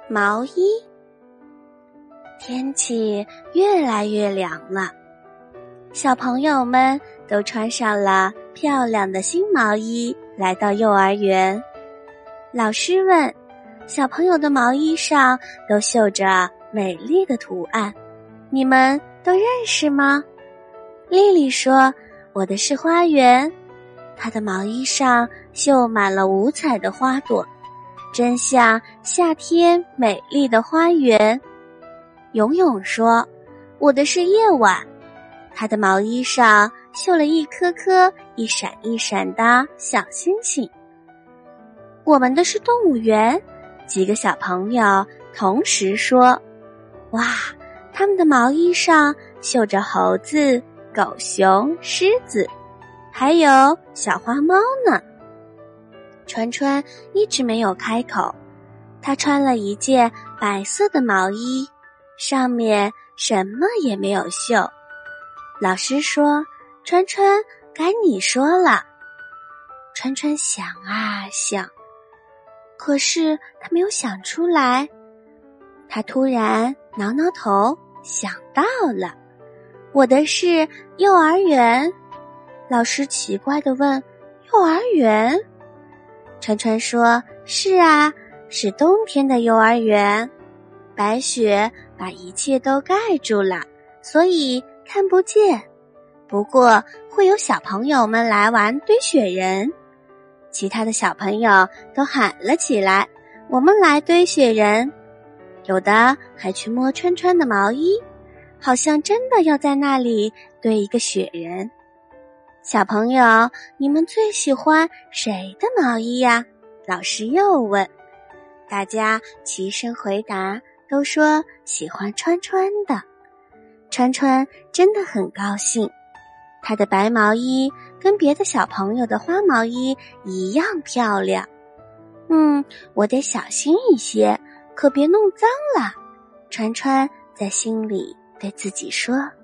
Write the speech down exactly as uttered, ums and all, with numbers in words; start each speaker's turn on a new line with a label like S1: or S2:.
S1: 毛衣。天气越来越凉了，小朋友们都穿上了漂亮的新毛衣来到幼儿园。老师问，小朋友的毛衣上都绣着美丽的图案，你们都认识吗？丽丽说，我的是花园。她的毛衣上绣满了五彩的花朵，真像夏天美丽的花园。勇勇说，我的是夜晚。他的毛衣上绣了一颗颗一闪一闪的小星星。我们的是动物园。几个小朋友同时说，哇，他们的毛衣上绣着猴子、狗熊、狮子，还有小花猫呢。川川一直没有开口，他穿了一件白色的毛衣，上面什么也没有绣。老师说，川川，该你说了。川川想啊想，可是他没有想出来。他突然挠挠头，想到了，我的是幼儿园。老师奇怪地问，幼儿园？川川说，是啊，是冬天的幼儿园。白雪把一切都盖住了，所以看不见。不过会有小朋友们来玩堆雪人。其他的小朋友都喊了起来，我们来堆雪人。有的还去摸川川的毛衣，好像真的要在那里堆一个雪人。小朋友，你们最喜欢谁的毛衣呀？老师又问。大家齐声回答，都说喜欢川川的。川川真的很高兴，他的白毛衣跟别的小朋友的花毛衣一样漂亮。嗯，我得小心一些，可别弄脏了。川川在心里对自己说。